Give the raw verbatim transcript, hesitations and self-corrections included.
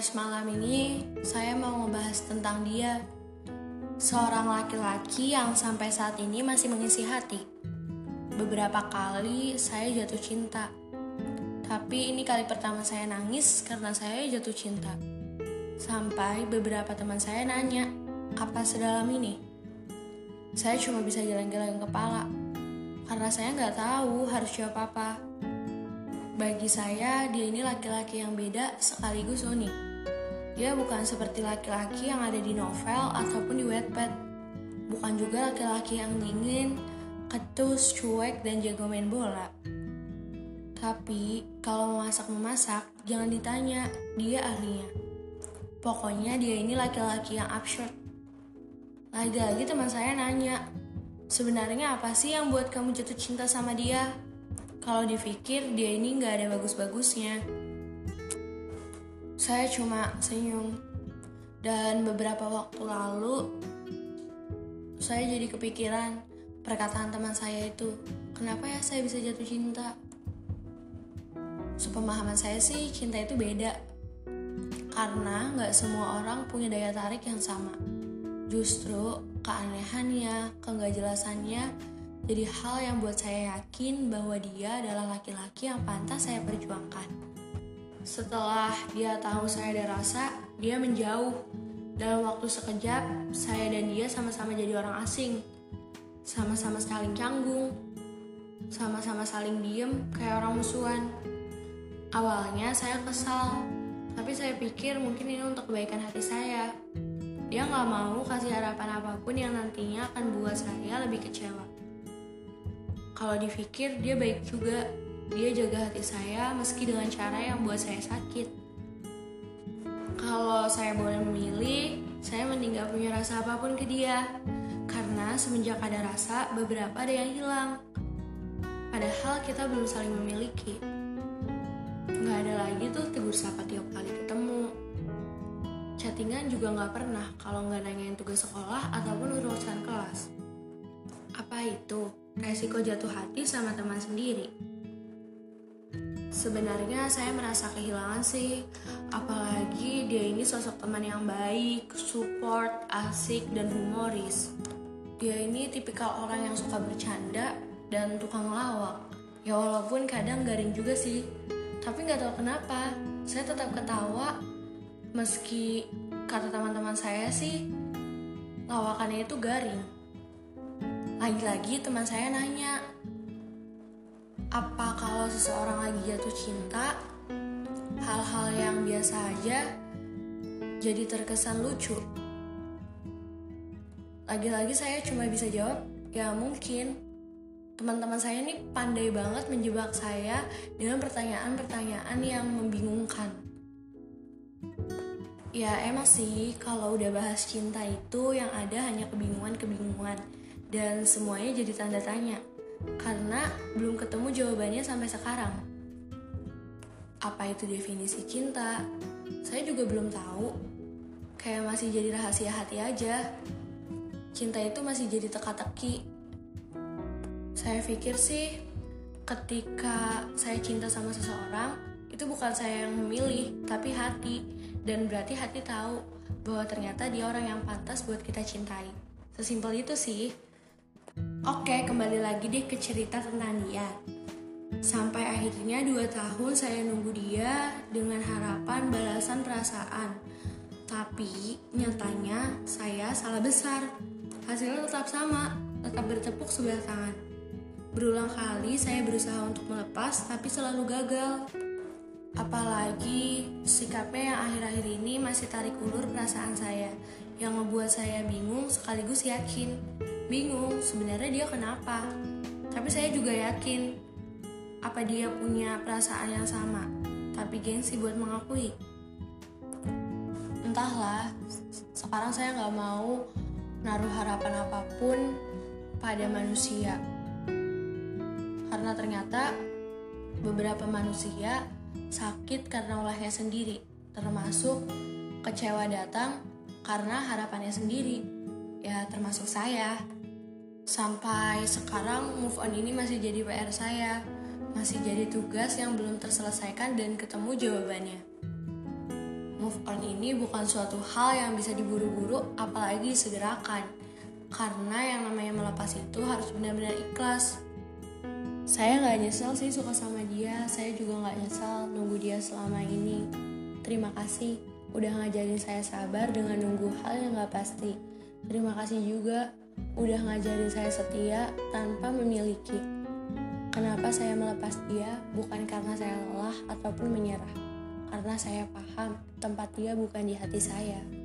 podcast malam ini saya mau ngebahas tentang dia, seorang laki-laki yang sampai saat ini masih mengisi hati. Beberapa kali saya jatuh cinta, tapi ini kali pertama saya nangis karena saya jatuh cinta. Sampai beberapa teman saya nanya, apa sedalam ini? Saya cuma bisa geleng-geleng kepala, karena saya nggak tahu harus jawab apa. Bagi saya, dia ini laki-laki yang beda sekaligus unik. Dia bukan seperti laki-laki yang ada di novel ataupun di Wattpad. Bukan juga laki-laki yang dingin, ketus, cuek, dan jago main bola. Tapi, kalau memasak-memasak, jangan ditanya, dia ahlinya. Pokoknya dia ini laki-laki yang absurd. Lagi-lagi teman saya nanya, sebenarnya apa sih yang buat kamu jatuh cinta sama dia? Kalau dipikir dia ini gak ada bagus-bagusnya. Saya cuma senyum. Dan beberapa waktu lalu saya jadi kepikiran perkataan teman saya itu, kenapa ya saya bisa jatuh cinta? Sepemahaman saya sih cinta itu beda, karena gak semua orang punya daya tarik yang sama. Justru keanehannya, kegak-jelasannya jadi hal yang buat saya yakin bahwa dia adalah laki-laki yang pantas saya perjuangkan. Setelah dia tahu saya ada rasa, dia menjauh. Dalam waktu sekejap, saya dan dia sama-sama jadi orang asing. Sama-sama saling canggung. Sama-sama saling diem kayak orang musuhan. Awalnya saya kesal, tapi saya pikir mungkin ini untuk kebaikan hati saya. Dia gak mau kasih harapan apapun yang nantinya akan buat saya lebih kecewa. Kalau dipikir dia baik juga. Dia jaga hati saya meski dengan cara yang buat saya sakit. Kalau saya boleh memilih, saya mending gak punya rasa apapun ke dia. Karena semenjak ada rasa, beberapa ada yang hilang. Padahal kita belum saling memiliki. Gak ada lagi tuh tegur sapa tiap kali ketemu. Chattingan juga gak pernah kalau gak nanyain tugas sekolah ataupun urusan kelas. Apa itu? Resiko jatuh hati sama teman sendiri. Sebenarnya saya merasa kehilangan sih. Apalagi dia ini sosok teman yang baik, support, asik, dan humoris. Dia ini tipikal orang yang suka bercanda dan tukang lawak. Ya walaupun kadang garing juga sih. Tapi gak tahu kenapa saya tetap ketawa. Meski kata teman-teman saya sih lawakannya itu garing. Lagi-lagi teman saya nanya, apa kalau seseorang lagi jatuh cinta, hal-hal yang biasa aja jadi terkesan lucu? Lagi-lagi saya cuma bisa jawab, ya mungkin. Teman-teman saya ini pandai banget menjebak saya dengan pertanyaan-pertanyaan yang membingungkan. Ya emang sih, kalau udah bahas cinta itu yang ada hanya kebingungan-kebingungan. Dan semuanya jadi tanda tanya, karena belum ketemu jawabannya sampai sekarang. Apa itu definisi cinta? Saya juga belum tahu. Kayak masih jadi rahasia hati aja. Cinta itu masih jadi teka-teki. Saya pikir sih, ketika saya cinta sama seseorang, itu bukan saya yang memilih, tapi hati. Dan berarti hati tahu bahwa ternyata dia orang yang pantas buat kita cintai. Sesimpel itu sih. Oke, kembali lagi deh ke cerita tentang dia. Sampai akhirnya dua tahun saya nunggu dia dengan harapan balasan perasaan. Tapi nyatanya saya salah besar. Hasilnya tetap sama, tetap bertepuk sebelah tangan. Berulang kali saya berusaha untuk melepas, tapi selalu gagal. Apalagi sikapnya yang akhir-akhir ini masih tarik ulur perasaan saya, yang ngebuat saya bingung sekaligus yakin. Bingung sebenarnya dia kenapa, tapi saya juga yakin apa dia punya perasaan yang sama, tapi gengsi buat mengakui. Entahlah, sekarang saya gak mau naruh harapan apapun pada manusia, karena ternyata beberapa manusia sakit karena ulahnya sendiri, termasuk kecewa datang karena harapannya sendiri, ya termasuk saya. Sampai sekarang move on ini masih jadi P R saya, masih jadi tugas yang belum terselesaikan dan ketemu jawabannya. Move on ini bukan suatu hal yang bisa diburu-buru, apalagi segerakan. Karena yang namanya melepas itu harus benar-benar ikhlas. Saya gak nyesel sih suka sama dia, saya juga gak nyesel nunggu dia selama ini. Terima kasih udah ngajarin saya sabar dengan nunggu hal yang gak pasti. Terima kasih juga udah ngajarin saya setia tanpa memiliki. Kenapa saya melepas dia? Bukan karena saya lelah ataupun menyerah, karena saya paham tempat dia bukan di hati saya.